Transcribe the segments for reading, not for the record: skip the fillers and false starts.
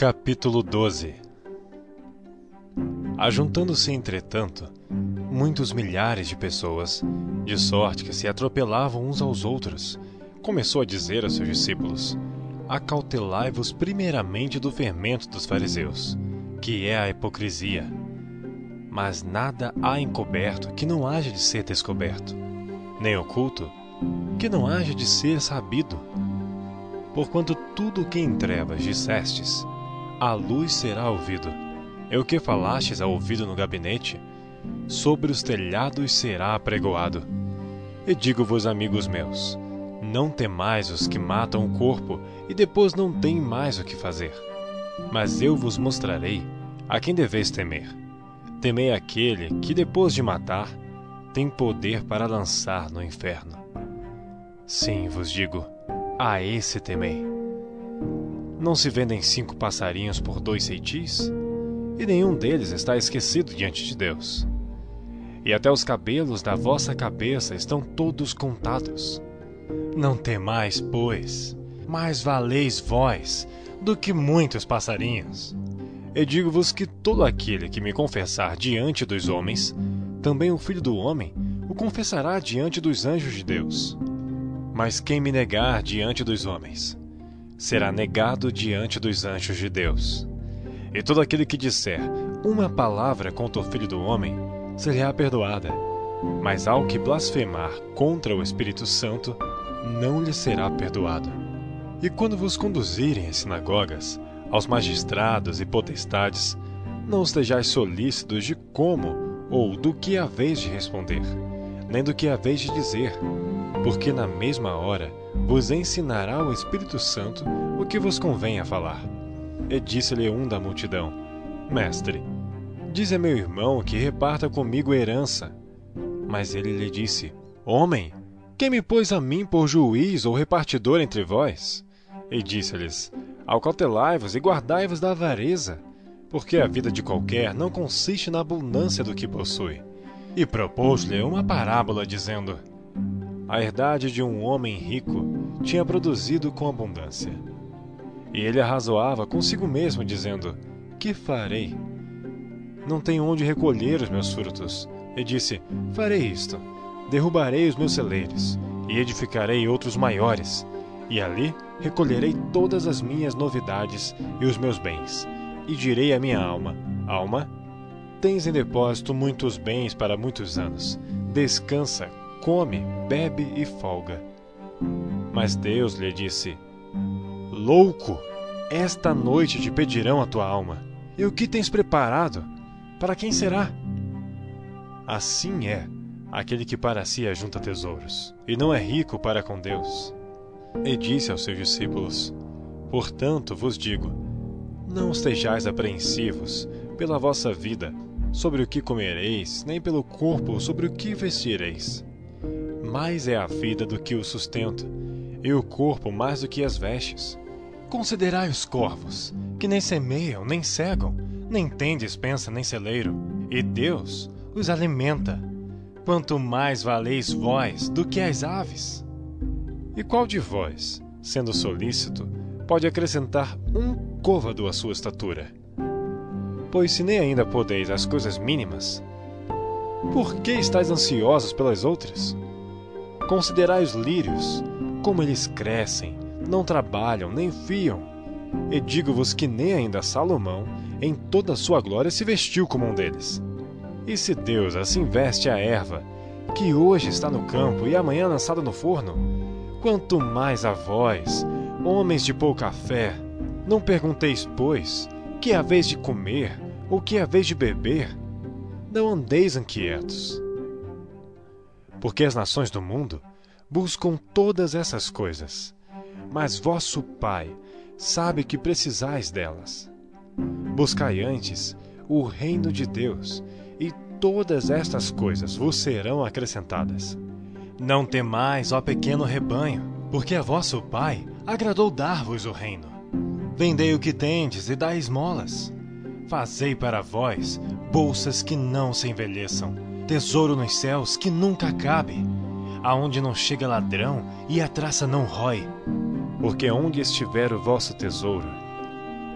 Capítulo 12. Ajuntando-se, entretanto, muitos milhares de pessoas, de sorte que se atropelavam uns aos outros, começou a dizer a seus discípulos: acautelai-vos primeiramente do fermento dos fariseus, que é a hipocrisia. Mas nada há encoberto que não haja de ser descoberto, nem oculto que não haja de ser sabido. Porquanto tudo o que em trevas dissestes, à luz será ouvido, e o que falastes ao ouvido no gabinete, sobre os telhados será apregoado. E digo-vos, amigos meus, não temais os que matam o corpo e depois não têm mais o que fazer. Mas eu vos mostrarei a quem deveis temer. Temei aquele que, depois de matar, tem poder para lançar no inferno. Sim, vos digo, a esse temei. Não se vendem 5 passarinhos por 2 ceitis? E nenhum deles está esquecido diante de Deus. E até os cabelos da vossa cabeça estão todos contados. Não temais, pois, mais valeis vós do que muitos passarinhos. E digo-vos que todo aquele que me confessar diante dos homens, também o Filho do Homem o confessará diante dos anjos de Deus. Mas quem me negar diante dos homens, será negado diante dos anjos de Deus. E todo aquele que disser uma palavra contra o Filho do Homem, será perdoada. Mas ao que blasfemar contra o Espírito Santo, não lhe será perdoado. E quando vos conduzirem às sinagogas, aos magistrados e potestades, não estejais solícitos de como ou do que haveis de responder, nem do que haveis de dizer, porque na mesma hora vos ensinará o Espírito Santo o que vos convém a falar. E disse-lhe um da multidão: Mestre, dize a meu irmão que reparta comigo a herança. Mas ele lhe disse: Homem, quem me pôs a mim por juiz ou repartidor entre vós? E disse-lhes: acautelai-vos e guardai-vos da avareza, porque a vida de qualquer não consiste na abundância do que possui. E propôs-lhe uma parábola, dizendo: a herdade de um homem rico tinha produzido com abundância. E ele arrazoava consigo mesmo, dizendo: que farei? Não tenho onde recolher os meus frutos. E disse: farei isto: derrubarei os meus celeiros, e edificarei outros maiores, e ali recolherei todas as minhas novidades e os meus bens. E direi à minha alma: alma, tens em depósito muitos bens para muitos anos. Descansa, come, bebe e folga. Mas Deus lhe disse: louco, esta noite te pedirão a tua alma. E o que tens preparado? Para quem será? Assim é aquele que para si ajunta tesouros, e não é rico para com Deus. E disse aos seus discípulos: portanto vos digo, não estejais apreensivos pela vossa vida, sobre o que comereis, nem pelo corpo, sobre o que vestireis. Mais é a vida do que o sustento, e o corpo mais do que as vestes. Considerai os corvos, que nem semeiam, nem cegam, nem têm despensa, nem celeiro, e Deus os alimenta. Quanto mais valeis vós do que as aves? E qual de vós, sendo solícito, pode acrescentar um côvado à sua estatura? Pois se nem ainda podeis as coisas mínimas, por que estáis ansiosos pelas outras? Considerai os lírios, como eles crescem, não trabalham, nem fiam. E digo-vos que nem ainda Salomão, em toda a sua glória, se vestiu como um deles. E se Deus assim veste a erva, que hoje está no campo e amanhã lançada no forno, quanto mais a vós, homens de pouca fé, não pergunteis, pois, que haveis de comer ou que haveis de beber? Não andeis inquietos. Porque as nações do mundo buscam todas essas coisas, mas vosso Pai sabe que precisais delas. Buscai antes o reino de Deus, e todas estas coisas vos serão acrescentadas. Não temais, ó pequeno rebanho, porque a vosso Pai agradou dar-vos o reino. Vendei o que tendes e dai esmolas. Fazei para vós bolsas que não se envelheçam, tesouro nos céus que nunca acabe, aonde não chega ladrão e a traça não rói. Porque onde estiver o vosso tesouro,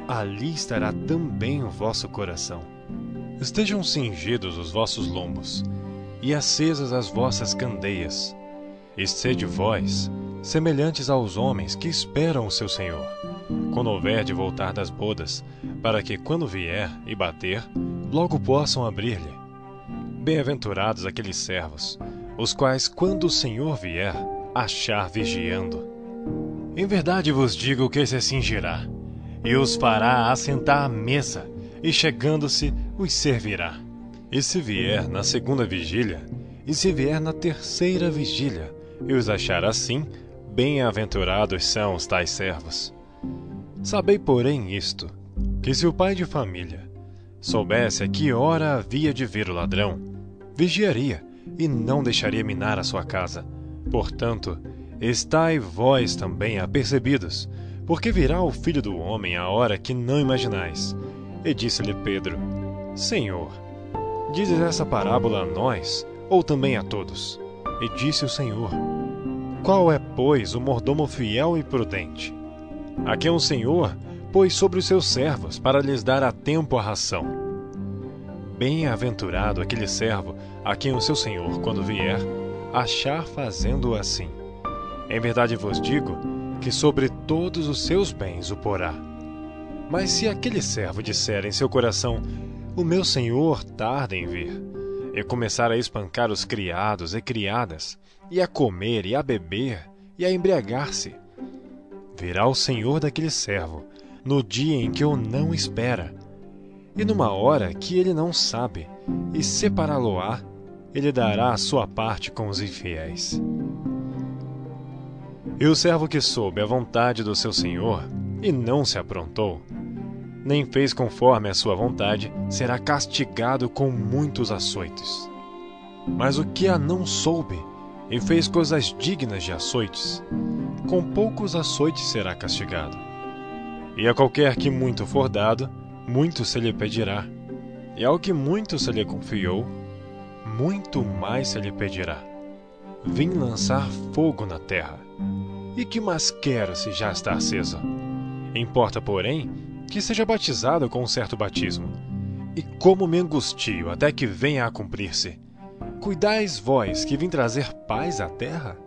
ali estará também o vosso coração. Estejam cingidos os vossos lombos, e acesas as vossas candeias, e sede vós, semelhantes aos homens que esperam o seu Senhor, quando houver de voltar das bodas, para que, quando vier e bater, logo possam abrir-lhe. Bem-aventurados aqueles servos, os quais, quando o Senhor vier, achar vigiando. Em verdade vos digo que se cingirá, e os fará assentar à mesa, e chegando-se, os servirá. E se vier na segunda vigília, e se vier na terceira vigília, e os achar assim, bem-aventurados são os tais servos. Sabei, porém, isto, que se o pai de família soubesse a que hora havia de vir o ladrão, vigiaria e não deixaria minar a sua casa. Portanto, estai vós também apercebidos, porque virá o Filho do Homem à hora que não imaginais. E disse-lhe Pedro: Senhor, dizes essa parábola a nós, ou também a todos? E disse o Senhor: Qual é, pois, o mordomo fiel e prudente, a quem o Senhor pôs sobre os seus servos para lhes dar a tempo a ração? Bem-aventurado aquele servo a quem o seu Senhor, quando vier, achar fazendo assim. Em verdade vos digo que sobre todos os seus bens o porá. Mas se aquele servo disser em seu coração: O meu Senhor tarda em vir, e começar a espancar os criados e criadas, e a comer e a beber, e a embriagar-se, virá o Senhor daquele servo no dia em que o não espera, e numa hora que ele não sabe, e separá-lo-á, ele dará a sua parte com os infiéis. E o servo que soube a vontade do seu senhor, e não se aprontou, nem fez conforme a sua vontade, será castigado com muitos açoites. Mas o que a não soube, e fez coisas dignas de açoites, com poucos açoites será castigado. E a qualquer que muito for dado, muito se lhe pedirá, e ao que muito se lhe confiou, muito mais se lhe pedirá. Vim lançar fogo na terra, e que mais quero se já está aceso? Importa, porém, que seja batizado com um certo batismo. E como me angustio até que venha a cumprir-se, cuidais vós que vim trazer paz à terra?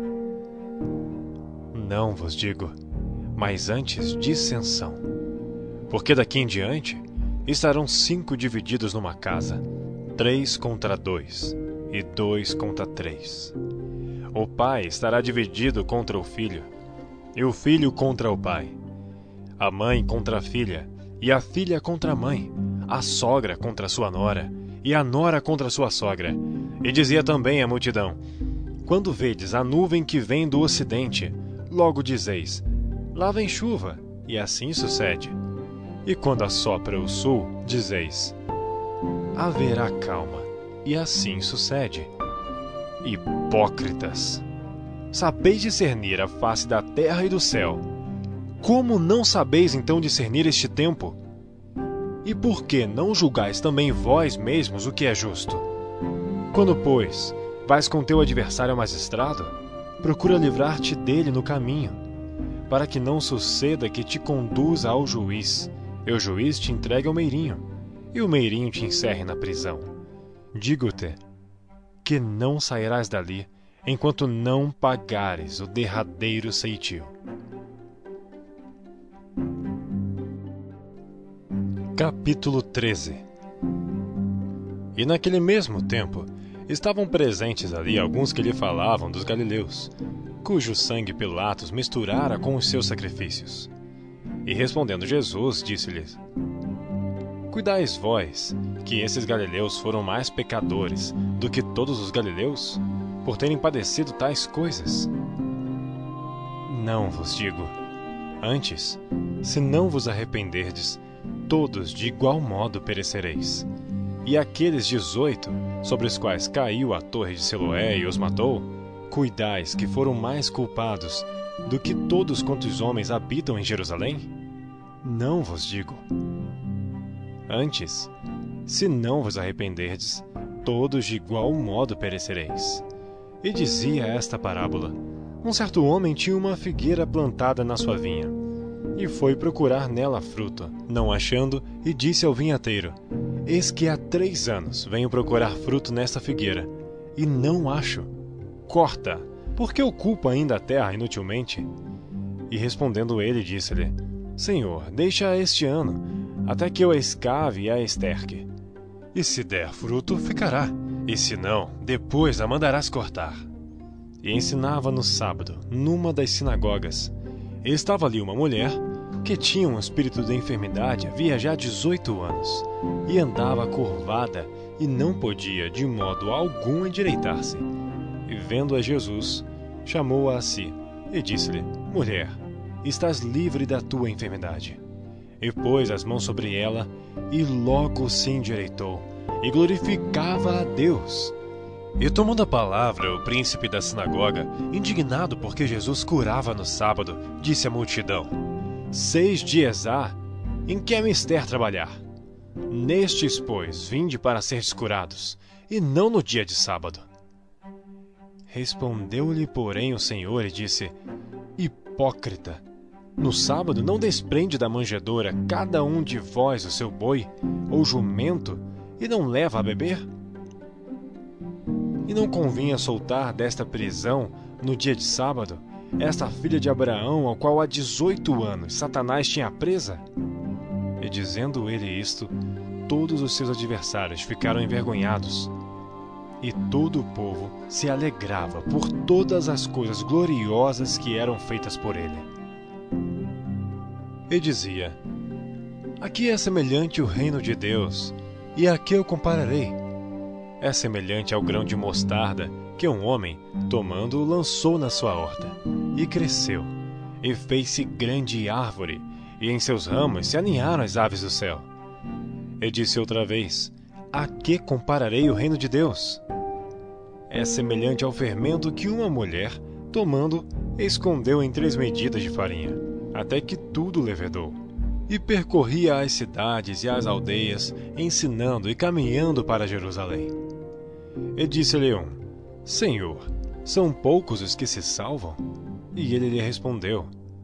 Não vos digo, mas antes dissensão. Porque daqui em diante estarão 5 divididos numa casa, 3 contra 2, e 2 contra 3. O pai estará dividido contra o filho, e o filho contra o pai, a mãe contra a filha, e a filha contra a mãe, a sogra contra a sua nora, e a nora contra a sua sogra. E dizia também a multidão: Quando vedes a nuvem que vem do ocidente, logo dizeis: Lá vem chuva, e assim sucede. E quando assopra o sul, dizeis: Haverá calma, e assim sucede. Hipócritas! Sabeis discernir a face da terra e do céu. Como não sabeis então discernir este tempo? E por que não julgais também vós mesmos o que é justo? Quando, pois, vais com teu adversário ao magistrado, procura livrar-te dele no caminho, para que não suceda que te conduza ao juiz, e o juiz te entregue ao meirinho, e o meirinho te encerre na prisão. Digo-te que não sairás dali enquanto não pagares o derradeiro ceitil. Capítulo 13. E naquele mesmo tempo estavam presentes ali alguns que lhe falavam dos galileus, cujo sangue Pilatos misturara com os seus sacrifícios. E respondendo Jesus, disse-lhes: Cuidais vós que esses galileus foram mais pecadores do que todos os galileus, por terem padecido tais coisas? Não vos digo. Antes, se não vos arrependerdes, todos de igual modo perecereis. E aqueles 18, sobre os quais caiu a torre de Siloé e os matou, cuidais que foram mais culpados do que todos quantos homens habitam em Jerusalém? Não vos digo. Antes, se não vos arrependerdes, todos de igual modo perecereis. E dizia esta parábola: Um certo homem tinha uma figueira plantada na sua vinha, e foi procurar nela fruto. Não achando, e disse ao vinhateiro: Eis que há 3 anos venho procurar fruto nesta figueira, e não acho. Corta! Por que ocupa ainda a terra inutilmente? E respondendo ele, disse-lhe: Senhor, deixa este ano, até que eu a escave e a esterque. E se der fruto, ficará, e se não, depois a mandarás cortar. E ensinava no sábado, numa das sinagogas. E estava ali uma mulher, que tinha um espírito de enfermidade havia já 18 anos, e andava curvada, e não podia de modo algum endireitar-se. E vendo a Jesus, chamou-a a si, e disse-lhe: Mulher, estás livre da tua enfermidade. E pôs as mãos sobre ela, e logo se endireitou, e glorificava a Deus. E tomando a palavra, o príncipe da sinagoga, indignado porque Jesus curava no sábado, disse à multidão: 6 dias há em que é mister trabalhar. Nestes, pois, vinde para seres curados, e não no dia de sábado. Respondeu-lhe, porém, o Senhor e disse: Hipócrita! No sábado não desprende da manjedoura cada um de vós o seu boi ou jumento e não leva a beber? E não convinha soltar desta prisão, no dia de sábado, esta filha de Abraão, ao qual há 18 anos Satanás tinha presa? E dizendo ele isto, todos os seus adversários ficaram envergonhados. E todo o povo se alegrava por todas as coisas gloriosas que eram feitas por ele. E dizia: Aqui é semelhante o reino de Deus, e a que eu compararei? É semelhante ao grão de mostarda que um homem, tomando, lançou na sua horta, e cresceu, e fez-se grande árvore, e em seus ramos se aninharam as aves do céu. E disse outra vez: A que compararei o reino de Deus? É semelhante ao fermento que uma mulher, tomando, escondeu em 3 medidas de farinha, até que tudo levedou. E percorria as cidades e as aldeias, ensinando e caminhando para Jerusalém. E disse-lhe um: Senhor, são poucos os que se salvam? E ele lhe respondeu: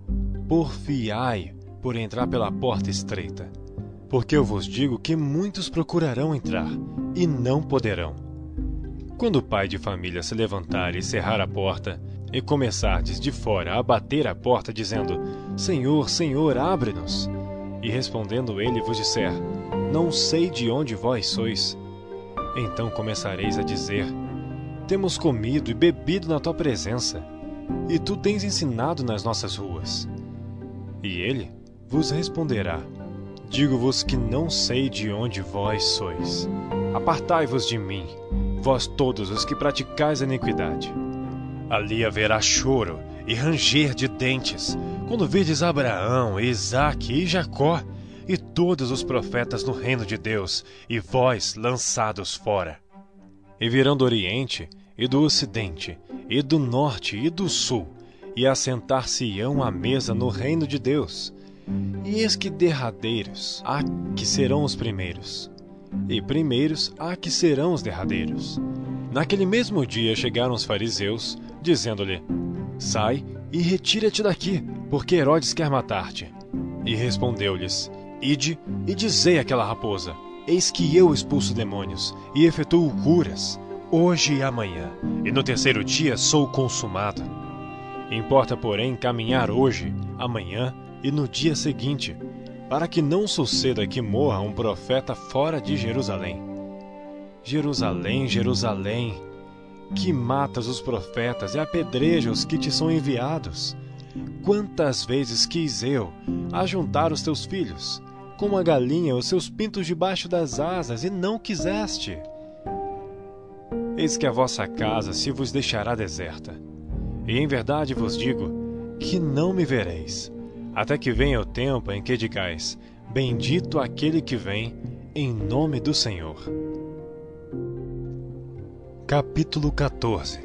Porfiai por entrar pela porta estreita, porque eu vos digo que muitos procurarão entrar, e não poderão. Quando o pai de família se levantar e cerrar a porta, e começardes de fora a bater a porta, dizendo: Senhor, Senhor, abre-nos, e respondendo ele vos disser: Não sei de onde vós sois, então começareis a dizer: Temos comido e bebido na tua presença, e tu tens ensinado nas nossas ruas. E ele vos responderá: Digo-vos que não sei de onde vós sois. Apartai-vos de mim, vós todos os que praticais a iniquidade. Ali haverá choro e ranger de dentes, quando virdes Abraão, Isaque e Jacó, e todos os profetas no reino de Deus, e vós lançados fora. E virão do Oriente, e do Ocidente, e do Norte, e do Sul, e assentar-se-ão à mesa no reino de Deus. E eis que derradeiros há que serão os primeiros, e primeiros há que serão os derradeiros. Naquele mesmo dia chegaram os fariseus, dizendo-lhe: Sai e retira-te daqui, porque Herodes quer matar-te. E respondeu-lhes: Ide e dizei àquela raposa: Eis que eu expulso demônios, e efetuo curas, hoje e amanhã, e no 3º dia sou consumado. Importa, porém, caminhar hoje, amanhã e no dia seguinte, para que não suceda que morra um profeta fora de Jerusalém. Jerusalém, Jerusalém, que matas os profetas e apedreja os que te são enviados. Quantas vezes quis eu ajuntar os teus filhos, como a galinha os seus pintos debaixo das asas, e não quiseste. Eis que a vossa casa se vos deixará deserta. E em verdade vos digo que não me vereis, até que venha o tempo em que digais: Bendito aquele que vem em nome do Senhor. Capítulo 14.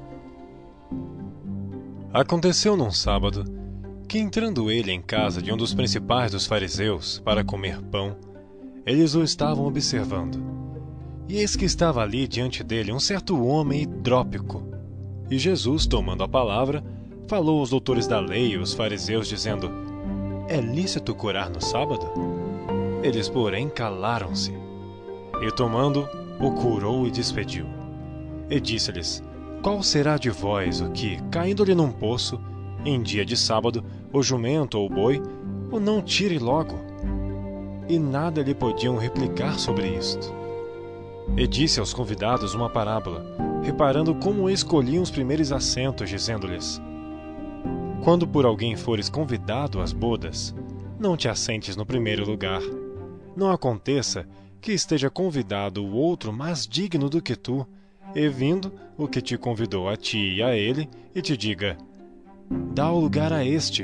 Aconteceu num sábado que, entrando ele em casa de um dos principais dos fariseus para comer pão, eles o estavam observando. E eis que estava ali diante dele um certo homem hidrópico. E Jesus, tomando a palavra, falou aos doutores da lei e aos fariseus, dizendo: é lícito curar no sábado? Eles, porém, calaram-se. E tomando, o curou e despediu. E disse-lhes: Qual será de vós o que, caindo-lhe num poço, em dia de sábado, o jumento ou o boi, o não tire logo? E nada lhe podiam replicar sobre isto. E disse aos convidados uma parábola, reparando como escolhiam os primeiros assentos, dizendo-lhes: Quando por alguém fores convidado às bodas, não te assentes no primeiro lugar. Não aconteça que esteja convidado o outro mais digno do que tu, e vindo o que te convidou a ti e a ele, e te diga: Dá o lugar a este.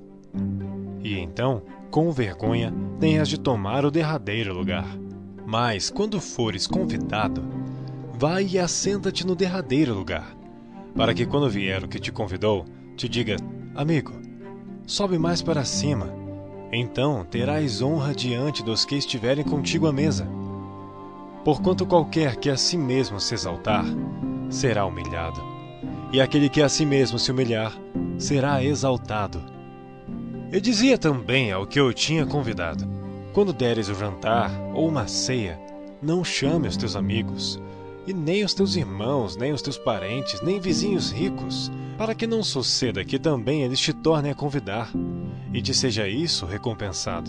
E então, com vergonha, tenhas de tomar o derradeiro lugar. Mas, quando fores convidado, vai e assenta-te no derradeiro lugar, para que quando vier o que te convidou, te diga: Amigo, sobe mais para cima. Então terás honra diante dos que estiverem contigo à mesa. Porquanto qualquer que a si mesmo se exaltar, será humilhado, e aquele que a si mesmo se humilhar, será exaltado. E dizia também ao que eu tinha convidado: Quando deres o jantar ou uma ceia, não chame os teus amigos, e nem os teus irmãos, nem os teus parentes, nem vizinhos ricos, para que não suceda que também eles te tornem a convidar, e te seja isso recompensado.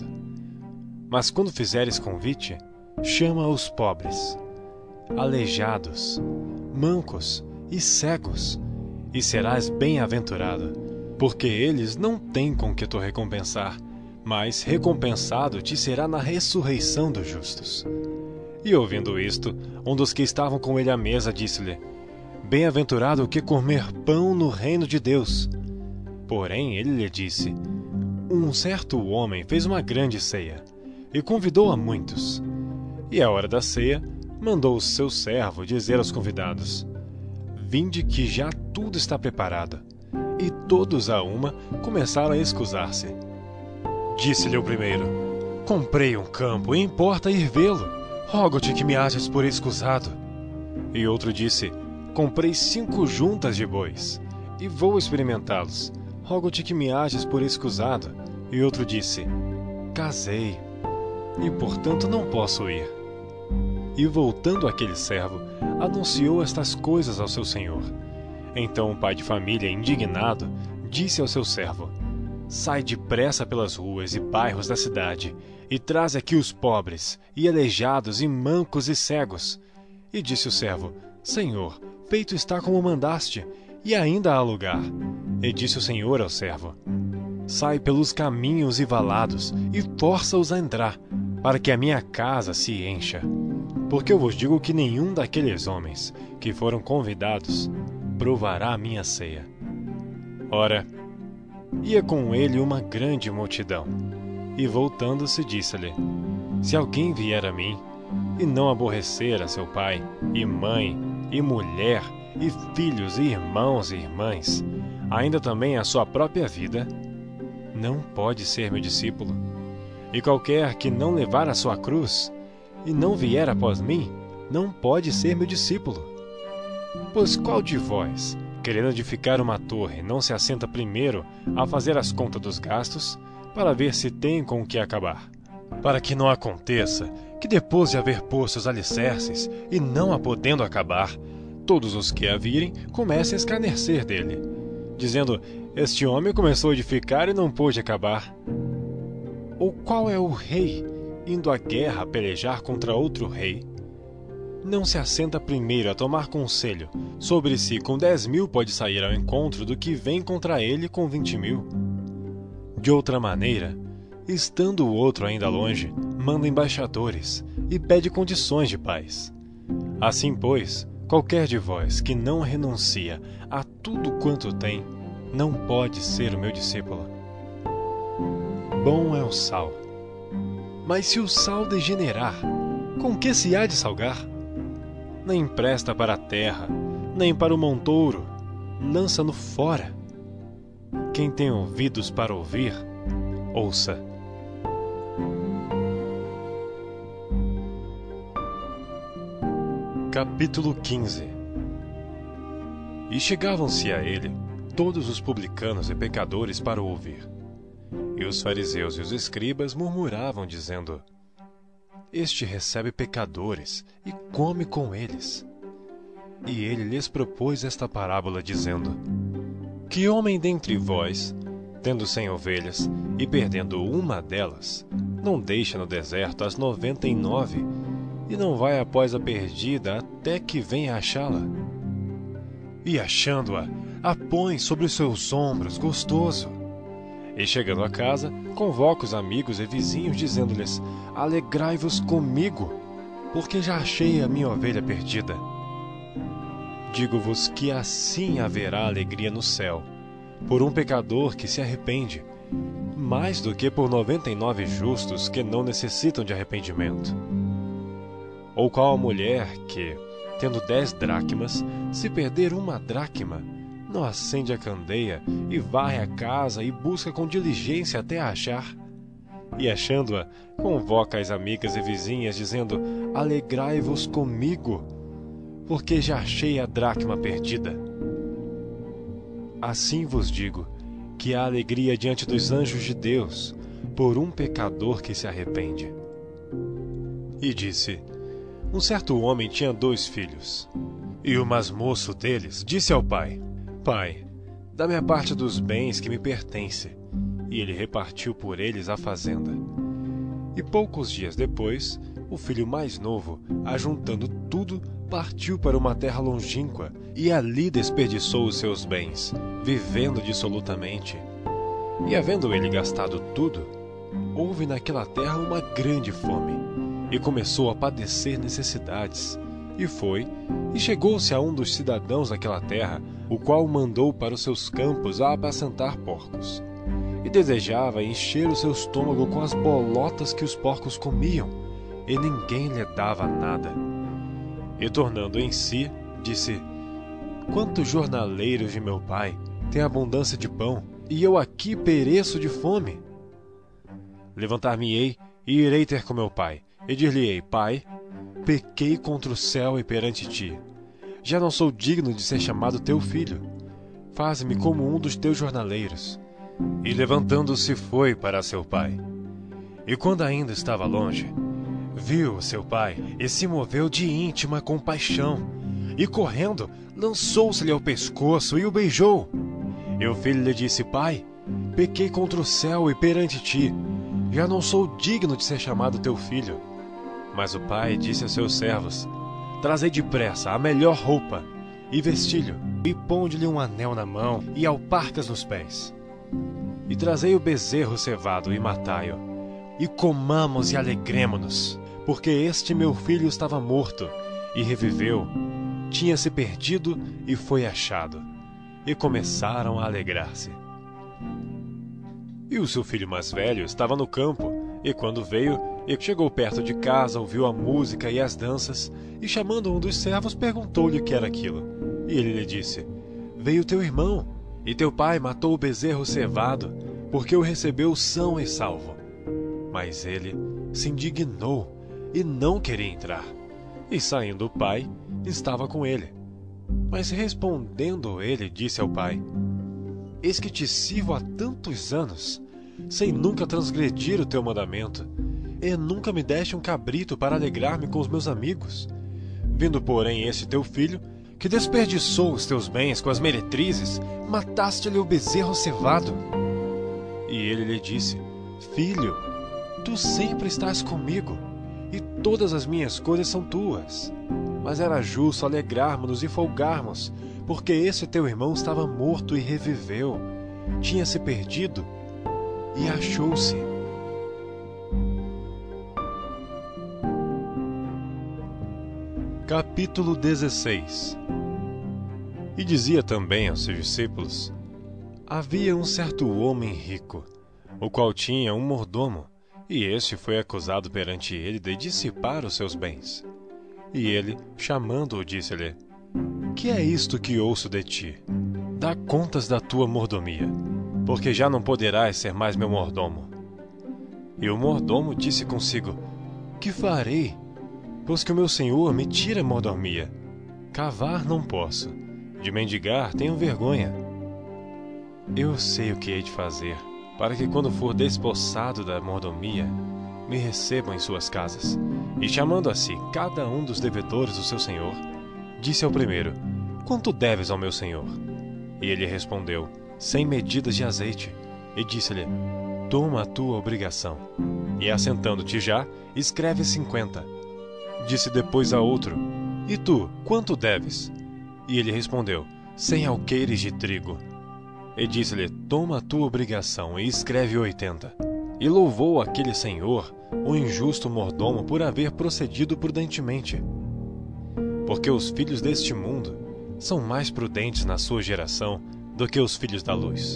Mas quando fizeres convite, chama os pobres, aleijados, mancos e cegos, e serás bem-aventurado, porque eles não têm com que te recompensar, mas recompensado te será na ressurreição dos justos. E ouvindo isto, um dos que estavam com ele à mesa disse-lhe: Bem-aventurado o que comer pão no reino de Deus. Porém ele lhe disse: Um certo homem fez uma grande ceia, e convidou a muitos. E à hora da ceia, mandou o seu servo dizer aos convidados: Vinde que já tudo está preparado. E todos a uma começaram a excusar-se. Disse-lhe o primeiro: Comprei um campo e importa ir vê-lo. Rogo-te que me aches por escusado. E outro disse: Comprei 5 juntas de bois, e vou experimentá-los. Rogo-te que me aches por escusado. E outro disse: Casei, e portanto não posso ir. E voltando aquele servo, anunciou estas coisas ao seu senhor. Então o pai de família, indignado, disse ao seu servo: Sai depressa pelas ruas e bairros da cidade, e traz aqui os pobres, e aleijados, e mancos e cegos. E disse o servo: Senhor, feito está como mandaste, e ainda há lugar. E disse o senhor ao servo: Sai pelos caminhos e valados, e força-os a entrar, para que a minha casa se encha. Porque eu vos digo que nenhum daqueles homens que foram convidados provará a minha ceia. Ora, ia com ele uma grande multidão, e voltando-se disse-lhe: Se alguém vier a mim, e não aborrecer a seu pai, e mãe, e mulher, e filhos, e irmãos e irmãs, ainda também a sua própria vida, não pode ser meu discípulo. E qualquer que não levar a sua cruz, e não vier após mim, não pode ser meu discípulo. Pois qual de vós, querendo edificar uma torre, não se assenta primeiro a fazer as contas dos gastos, para ver se tem com o que acabar? Para que não aconteça que depois de haver posto os alicerces, e não a podendo acabar, todos os que a virem comecem a escarnecer dele, dizendo: Este homem começou a edificar e não pôde acabar. Ou qual é o rei, indo à guerra a pelejar contra outro rei? Não se assenta primeiro a tomar conselho sobre se com 10.000 pode sair ao encontro do que vem contra ele com 20.000. De outra maneira, estando o outro ainda longe, manda embaixadores e pede condições de paz. Assim, pois, qualquer de vós que não renuncia a tudo quanto tem, não pode ser o meu discípulo. Bom é o sal. Mas se o sal degenerar, com que se há de salgar? Nem presta para a terra, nem para o montouro, lança-no fora. Quem tem ouvidos para ouvir, ouça. Capítulo 15. E chegavam-se a ele todos os publicanos e pecadores para o ouvir. E os fariseus e os escribas murmuravam, dizendo: Este recebe pecadores e come com eles. E ele lhes propôs esta parábola, dizendo: Que homem dentre vós, tendo 100 ovelhas e perdendo uma delas, não deixa no deserto as 99 e não vai após a perdida até que venha achá-la? E achando-a, a põe sobre os seus ombros, gostoso. E chegando a casa, convoca os amigos e vizinhos, dizendo-lhes: Alegrai-vos comigo, porque já achei a minha ovelha perdida. Digo-vos que assim haverá alegria no céu, por um pecador que se arrepende, mais do que por 99 justos que não necessitam de arrependimento. Ou qual a mulher que, tendo 10 dracmas, se perder uma dracma, não acende a candeia e varre a casa e busca com diligência até a achar? E achando-a, convoca as amigas e vizinhas, dizendo: Alegrai-vos comigo, porque já achei a dracma perdida. Assim vos digo, que há alegria diante dos anjos de Deus, por um pecador que se arrepende. E disse: Um certo homem tinha 2 filhos. E o mais moço deles disse ao pai: Pai, dá-me a parte dos bens que me pertence. E ele repartiu por eles a fazenda. E poucos dias depois, o filho mais novo, ajuntando tudo, partiu para uma terra longínqua e ali desperdiçou os seus bens, vivendo dissolutamente. E havendo ele gastado tudo, houve naquela terra uma grande fome, e começou a padecer necessidades. E foi, e chegou-se a um dos cidadãos daquela terra, o qual o mandou para os seus campos a apacentar porcos. E desejava encher o seu estômago com as bolotas que os porcos comiam, e ninguém lhe dava nada. E tornando em si, disse: Quantos jornaleiros de meu pai têm abundância de pão, e eu aqui pereço de fome? Levantar-me-ei e irei ter com meu pai, e dir-lhe-ei: Pai, pequei contra o céu e perante ti. Já não sou digno de ser chamado teu filho. Faze-me como um dos teus jornaleiros. E levantando-se foi para seu pai. E quando ainda estava longe, viu seu pai e se moveu de íntima compaixão, e correndo, lançou-se-lhe ao pescoço e o beijou. E o filho lhe disse: Pai, pequei contra o céu e perante ti. Já não sou digno de ser chamado teu filho. Mas o pai disse a seus servos: Trazei depressa a melhor roupa, e vestilho, e ponde-lhe um anel na mão, e alparcas nos pés. E trazei o bezerro cevado, e matai-o, e comamos e alegremo-nos, porque este meu filho estava morto, e reviveu, tinha se perdido, e foi achado. E começaram a alegrar-se. E o seu filho mais velho estava no campo, e quando veio, e chegou perto de casa, ouviu a música e as danças, e chamando um dos servos, perguntou-lhe o que era aquilo. E ele lhe disse: Veio teu irmão, e teu pai matou o bezerro cevado, porque o recebeu são e salvo. Mas ele se indignou, e não queria entrar. E saindo o pai, estava com ele. Mas respondendo ele, disse ao pai: Eis que te sirvo há tantos anos, sem nunca transgredir o teu mandamento, e nunca me deste um cabrito para alegrar-me com os meus amigos. Vindo, porém, esse teu filho, que desperdiçou os teus bens com as meretrizes, mataste-lhe o bezerro cevado. E ele lhe disse: Filho, tu sempre estás comigo, e todas as minhas coisas são tuas. Mas era justo alegrarmos-nos e folgarmos, porque esse teu irmão estava morto e reviveu, tinha se perdido e achou-se. Capítulo 16. E dizia também aos seus discípulos: Havia um certo homem rico, o qual tinha um mordomo, e este foi acusado perante ele de dissipar os seus bens. E ele, chamando-o, disse-lhe: Que é isto que ouço de ti? Dá contas da tua mordomia, porque já não poderás ser mais meu mordomo. E o mordomo disse consigo: Que farei? Pois que o meu senhor me tira a mordomia. Cavar não posso, de mendigar tenho vergonha. Eu sei o que hei de fazer, para que quando for despossado da mordomia, me recebam em suas casas. E chamando a si cada um dos devedores do seu senhor, disse ao primeiro: quanto deves ao meu senhor? E ele respondeu: 100 medidas de azeite. E disse-lhe: toma a tua obrigação. E assentando-te já, escreve 50. Disse depois a outro: e tu, quanto deves? E ele respondeu: 100 alqueires de trigo. E disse-lhe: toma a tua obrigação e escreve 80. E louvou aquele senhor, o injusto mordomo, por haver procedido prudentemente. Porque os filhos deste mundo são mais prudentes na sua geração do que os filhos da luz.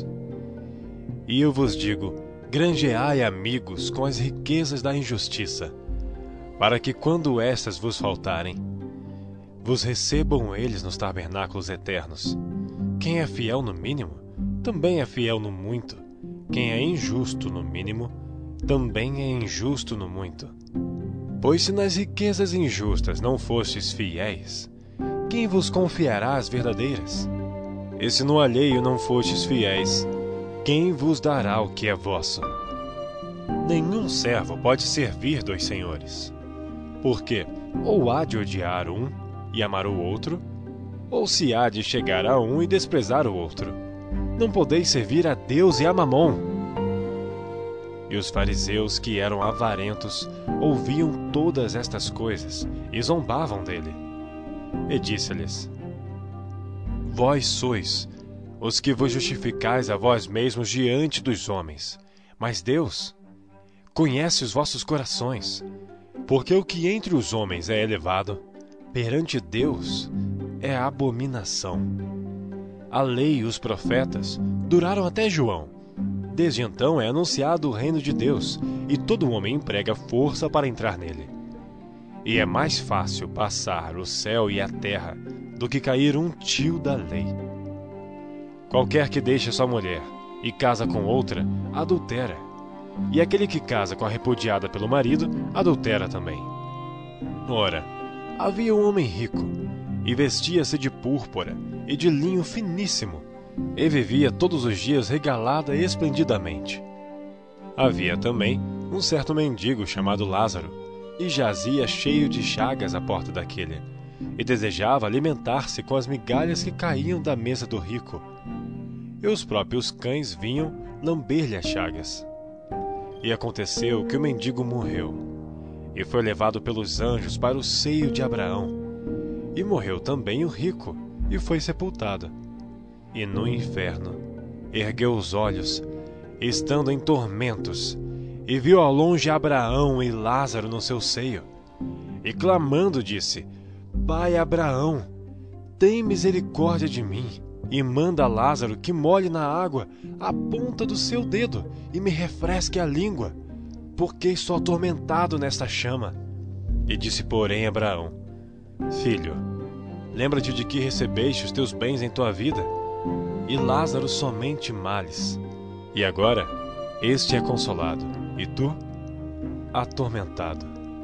E eu vos digo: granjeai amigos com as riquezas da injustiça, para que quando estas vos faltarem, vos recebam eles nos tabernáculos eternos. Quem é fiel no mínimo, também é fiel no muito. Quem é injusto no mínimo, também é injusto no muito. Pois se nas riquezas injustas não fostes fiéis, quem vos confiará as verdadeiras? E se no alheio não fostes fiéis, quem vos dará o que é vosso? Nenhum servo pode servir 2 senhores, porque ou há de odiar um e amar o outro, ou se há de chegar a um e desprezar o outro. Não podeis servir a Deus e a Mamom. E os fariseus, que eram avarentos, ouviam todas estas coisas e zombavam dele. E disse-lhes: vós sois os que vos justificais a vós mesmos diante dos homens, mas Deus conhece os vossos corações, porque o que entre os homens é elevado, perante Deus é abominação. A lei e os profetas duraram até João. Desde então é anunciado o reino de Deus, e todo homem emprega força para entrar nele. E é mais fácil passar o céu e a terra do que cair um tio da lei. Qualquer que deixe sua mulher e casa com outra, adultera. E aquele que casa com a repudiada pelo marido, adultera também. Ora, havia um homem rico, e vestia-se de púrpura e de linho finíssimo, e vivia todos os dias regalada esplendidamente. Havia também um certo mendigo chamado Lázaro, e jazia cheio de chagas à porta daquele, e desejava alimentar-se com as migalhas que caíam da mesa do rico. E os próprios cães vinham lamber-lhe as chagas. E aconteceu que o mendigo morreu, e foi levado pelos anjos para o seio de Abraão. E morreu também o rico, e foi sepultado. E no inferno ergueu os olhos, estando em tormentos, e viu ao longe Abraão e Lázaro no seu seio. E clamando disse: Pai Abraão, tem misericórdia de mim, e manda Lázaro que molhe na água a ponta do seu dedo e me refresque a língua, porque estou atormentado nesta chama. E disse, porém, Abraão: Filho, lembra-te de que recebeste os teus bens em tua vida, e Lázaro somente males. E agora este é consolado, e tu atormentado.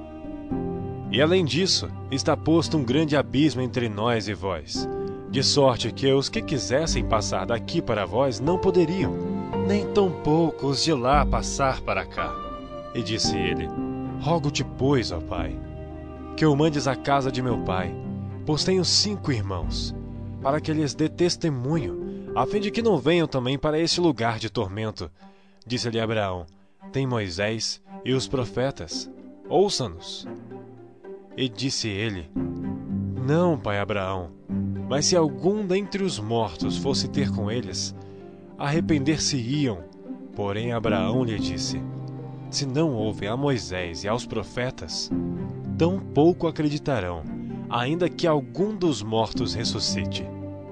E além disso, está posto um grande abismo entre nós e vós, de sorte que os que quisessem passar daqui para vós não poderiam, nem tampouco os de lá passar para cá. E disse ele: Rogo-te, pois, ó Pai, que o mandes à casa de meu pai, pois tenho 5 irmãos, para que lhes dê testemunho, a fim de que não venham também para este lugar de tormento. Disse-lhe Abraão: Tem Moisés e os profetas, ouça-nos. E disse ele: Não, pai Abraão, mas se algum dentre os mortos fosse ter com eles, arrepender-se-iam. Porém Abraão lhe disse: Se não houve a Moisés e aos profetas, tampouco acreditarão, ainda que algum dos mortos ressuscite.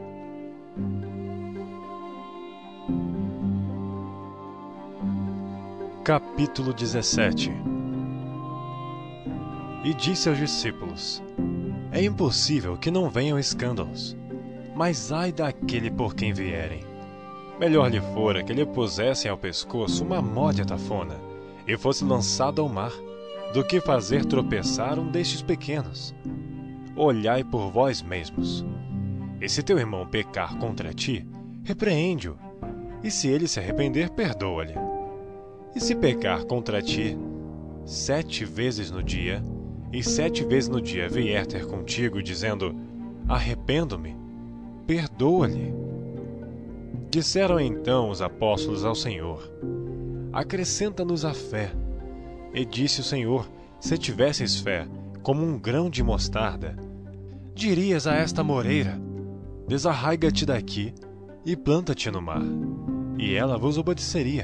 Capítulo 17. E disse aos discípulos: É impossível que não venham escândalos, mas ai daquele por quem vierem. Melhor lhe fora que lhe pusessem ao pescoço uma módia tafona e fosse lançado ao mar, do que fazer tropeçar um destes pequenos. Olhai por vós mesmos. E se teu irmão pecar contra ti, repreende-o. e se ele se arrepender, perdoa-lhe. E se pecar contra ti 7 vezes no dia, e 7 vezes no dia vier ter contigo, dizendo: arrependo-me, perdoa-lhe. Disseram então os apóstolos ao Senhor: acrescenta-nos a fé. E disse o Senhor: se tivesseis fé, como um grão de mostarda, dirias a esta moreira: desarraiga-te daqui e planta-te no mar, e ela vos obedeceria.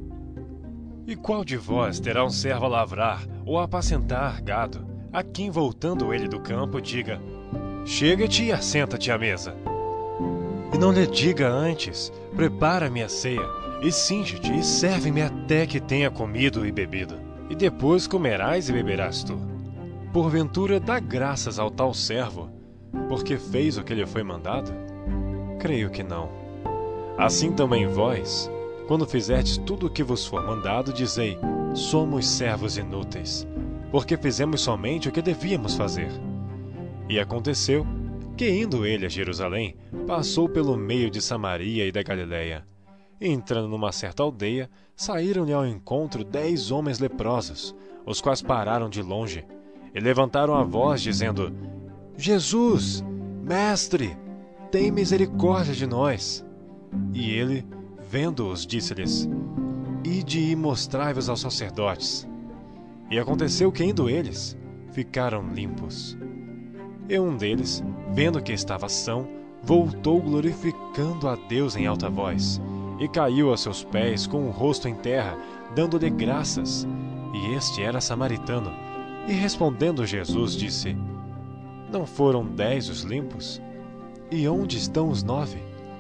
E qual de vós terá um servo a lavrar ou a apacentar gado, a quem, voltando ele do campo, diga: chega-te e assenta-te à mesa? E não lhe diga antes: prepara-me a ceia, e cinge-te e serve-me até que tenha comido e bebido, e depois comerás e beberás tu. Porventura dá graças ao tal servo, porque fez o que lhe foi mandado? Creio que não. Assim também vós, quando fizerdes tudo o que vos for mandado, dizei: somos servos inúteis, porque fizemos somente o que devíamos fazer. E aconteceu que, indo ele a Jerusalém, passou pelo meio de Samaria e da Galiléia. Entrando numa certa aldeia, saíram-lhe ao encontro 10 homens leprosos, os quais pararam de longe, e levantaram a voz, dizendo: Jesus, mestre, tem misericórdia de nós. E ele, vendo-os, disse-lhes: ide e mostrai-vos aos sacerdotes. E aconteceu que, indo eles, ficaram limpos. E um deles, vendo que estava são, voltou glorificando a Deus em alta voz, e caiu a seus pés com o rosto em terra, dando-lhe graças. E este era samaritano. E respondendo Jesus, disse: não foram 10 os limpos? E onde estão os 9?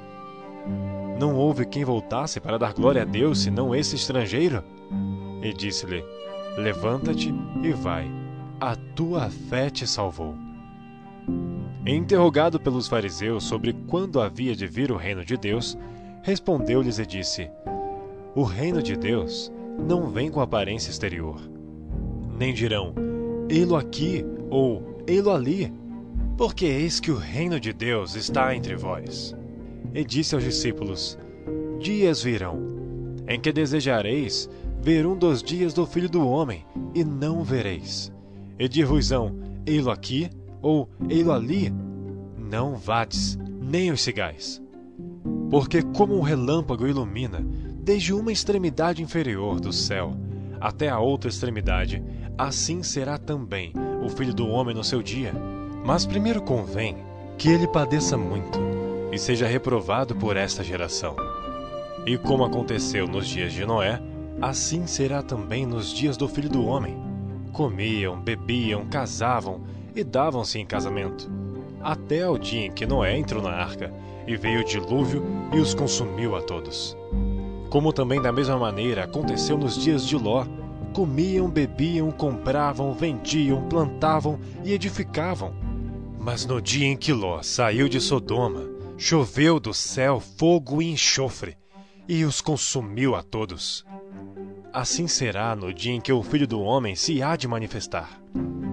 Não houve quem voltasse para dar glória a Deus, senão esse estrangeiro? E disse-lhe: levanta-te e vai, a tua fé te salvou. E interrogado pelos fariseus sobre quando havia de vir o reino de Deus, respondeu-lhes e disse: o reino de Deus não vem com aparência exterior. Nem dirão: ei-lo aqui ou ei-lo ali, porque eis que o reino de Deus está entre vós. E disse aos discípulos: dias virão, em que desejareis ver um dos dias do Filho do Homem, e não vereis. E dir-vos-ão: ei-lo aqui ou ei-lo ali, não vades, nem os sigais. Porque como um relâmpago ilumina, desde uma extremidade inferior do céu até a outra extremidade, assim será também o Filho do Homem no seu dia. Mas primeiro convém que ele padeça muito, e seja reprovado por esta geração. E como aconteceu nos dias de Noé, assim será também nos dias do Filho do Homem. Comiam, bebiam, casavam e davam-se em casamento, até ao dia em que Noé entrou na arca, e veio o dilúvio e os consumiu a todos. Como também da mesma maneira aconteceu nos dias de Ló: comiam, bebiam, compravam, vendiam, plantavam e edificavam. Mas no dia em que Ló saiu de Sodoma, choveu do céu fogo e enxofre, e os consumiu a todos. Assim será no dia em que o Filho do Homem se há de manifestar.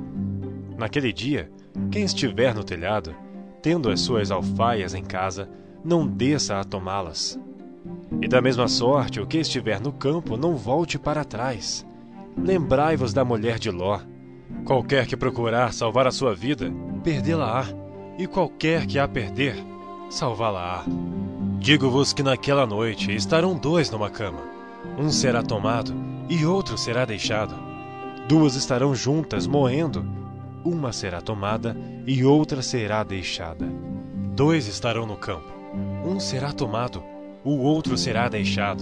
Naquele dia, quem estiver no telhado, tendo as suas alfaias em casa, não desça a tomá-las. E da mesma sorte, o que estiver no campo, não volte para trás. Lembrai-vos da mulher de Ló. Qualquer que procurar salvar a sua vida, perdê-la-á, e qualquer que a perder, salvá-la-á. Digo-vos que naquela noite estarão 2 numa cama. Um será tomado e outro será deixado. 2 estarão juntas moendo. Uma será tomada e outra será deixada. 2 estarão no campo. Um será tomado, o outro será deixado.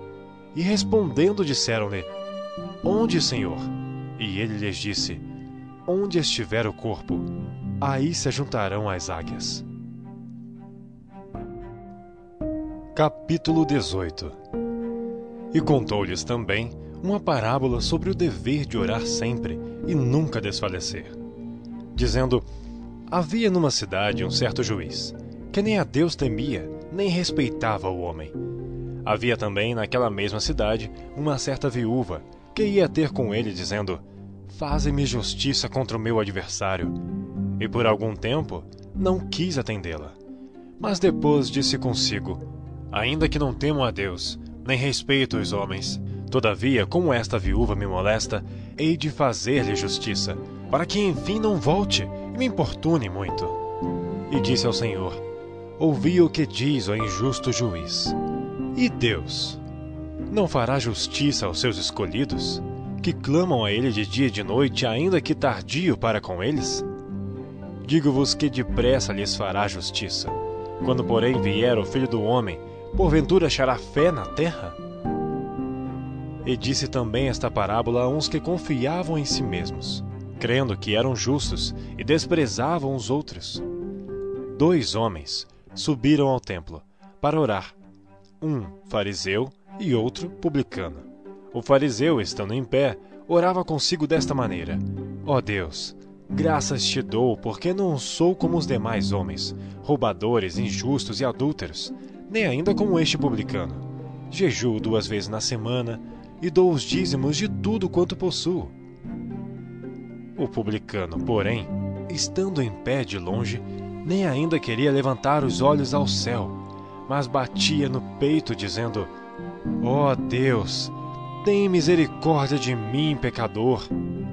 E respondendo disseram-lhe: onde, Senhor? E ele lhes disse: onde estiver o corpo, aí se juntarão as águias. Capítulo 18. E contou-lhes também uma parábola sobre o dever de orar sempre e nunca desfalecer, dizendo: havia numa cidade um certo juiz, que nem a Deus temia, nem respeitava o homem. Havia também naquela mesma cidade uma certa viúva, que ia ter com ele, dizendo: faze-me justiça contra o meu adversário. E por algum tempo não quis atendê-la. Mas depois disse consigo: Ainda que não temo a Deus, nem respeito os homens, todavia, como esta viúva me molesta, hei de fazer-lhe justiça, para que enfim não volte e me importune muito. E disse ao Senhor: ouvi o que diz o injusto juiz. E Deus não fará justiça aos seus escolhidos, que clamam a ele de dia e de noite, ainda que tardio para com eles? Digo-vos que depressa lhes fará justiça. Quando, porém, vier o Filho do Homem, porventura achará fé na terra? E disse também esta parábola a uns que confiavam em si mesmos, crendo que eram justos e desprezavam os outros. 2 homens subiram ao templo para orar, um fariseu e outro publicano. O fariseu, estando em pé, orava consigo desta maneira: ó Deus, graças te dou, porque não sou como os demais homens, roubadores, injustos e adúlteros, nem ainda como este publicano. Jejuo 2 vezes na semana e dou os dízimos de tudo quanto possuo. O publicano, porém, estando em pé de longe, nem ainda queria levantar os olhos ao céu, mas batia no peito, dizendo: ó Deus, tem misericórdia de mim, pecador.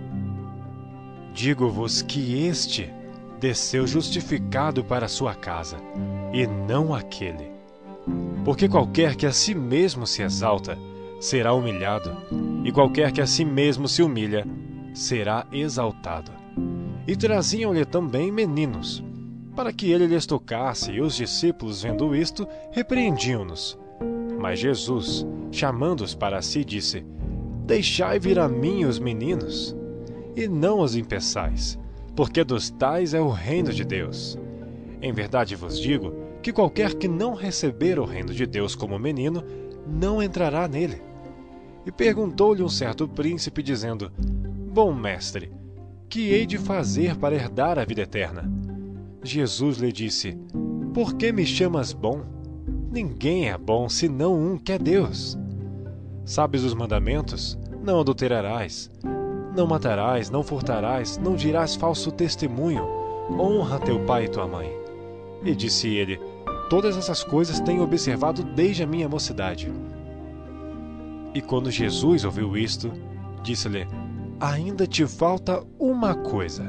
Digo-vos que este desceu justificado para sua casa, e não aquele. Porque qualquer que a si mesmo se exalta, será humilhado, e qualquer que a si mesmo se humilha, será exaltado. E traziam-lhe também meninos, para que ele lhes tocasse, e os discípulos, vendo isto, repreendiam-nos. Mas Jesus, chamando-os para si, disse: deixai vir a mim os meninos, e não os impeçais, porque dos tais é o reino de Deus. Em verdade vos digo que qualquer que não receber o reino de Deus como menino, não entrará nele. E perguntou-lhe um certo príncipe, dizendo: bom mestre, que hei de fazer para herdar a vida eterna? Jesus lhe disse: por que me chamas bom? Ninguém é bom, senão um, que é Deus. Sabes os mandamentos? Não adulterarás, não matarás, não furtarás, não dirás falso testemunho, honra teu pai e tua mãe. E disse ele: todas essas coisas tenho observado desde a minha mocidade. E quando Jesus ouviu isto, disse-lhe: ainda te falta uma coisa.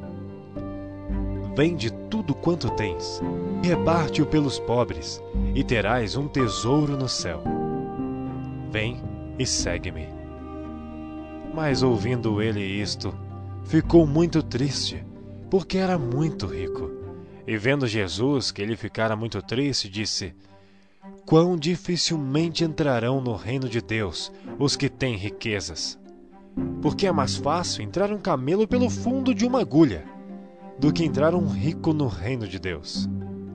Vende tudo quanto tens, e reparte-o pelos pobres, e terás um tesouro no céu. Vem e segue-me. Mas ouvindo ele isto, ficou muito triste, porque era muito rico. E vendo Jesus que ele ficara muito triste, disse: quão dificilmente entrarão no reino de Deus os que têm riquezas. Porque é mais fácil entrar um camelo pelo fundo de uma agulha, do que entrar um rico no reino de Deus.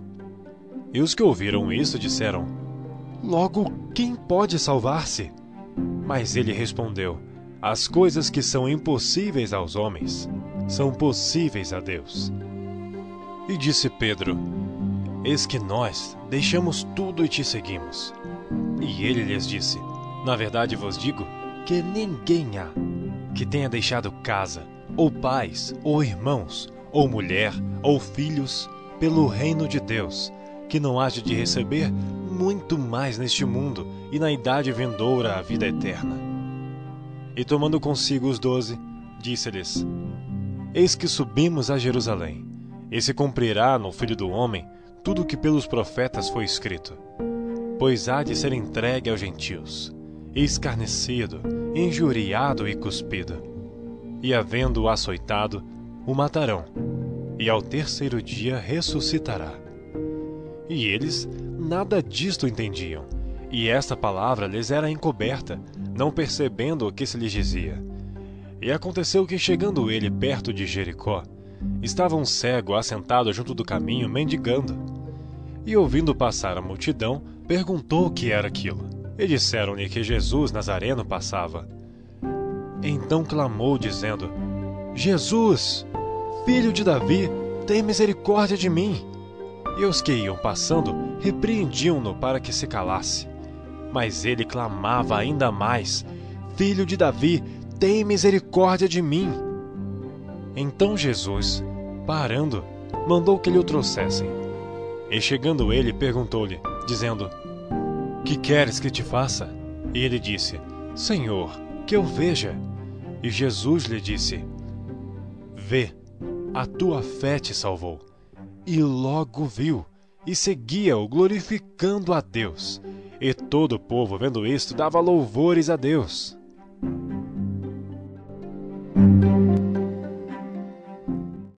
E os que ouviram isso disseram: logo, quem pode salvar-se? Mas ele respondeu: as coisas que são impossíveis aos homens, são possíveis a Deus. E disse Pedro: eis que nós deixamos tudo e te seguimos. E ele lhes disse: na verdade vos digo que ninguém há que tenha deixado casa, ou pais, ou irmãos, ou mulher, ou filhos, pelo reino de Deus, que não haja de receber muito mais neste mundo e na idade vindoura a vida eterna. E tomando consigo os 12, disse-lhes: eis que subimos a Jerusalém, e se cumprirá no Filho do Homem tudo o que pelos profetas foi escrito. Pois há de ser entregue aos gentios, e escarnecido, injuriado e cuspido. E havendo-o açoitado, o matarão, e ao terceiro dia ressuscitará. E eles nada disto entendiam, e esta palavra lhes era encoberta, não percebendo o que se lhes dizia. E aconteceu que, chegando ele perto de Jericó, estava um cego assentado junto do caminho, mendigando. E ouvindo passar a multidão, perguntou o que era aquilo. E disseram-lhe que Jesus Nazareno passava. Então clamou, dizendo: Jesus, filho de Davi, tem misericórdia de mim. E os que iam passando repreendiam-no para que se calasse. Mas ele clamava ainda mais: Filho de Davi, tem misericórdia de mim. Então Jesus, parando, mandou que lhe o trouxessem. E chegando ele, perguntou-lhe, dizendo: Que queres que te faça? E ele disse: Senhor, que eu veja. E Jesus lhe disse: Vê, a tua fé te salvou. E logo viu, e seguia-o, glorificando a Deus. E todo o povo, vendo isto, dava louvores a Deus.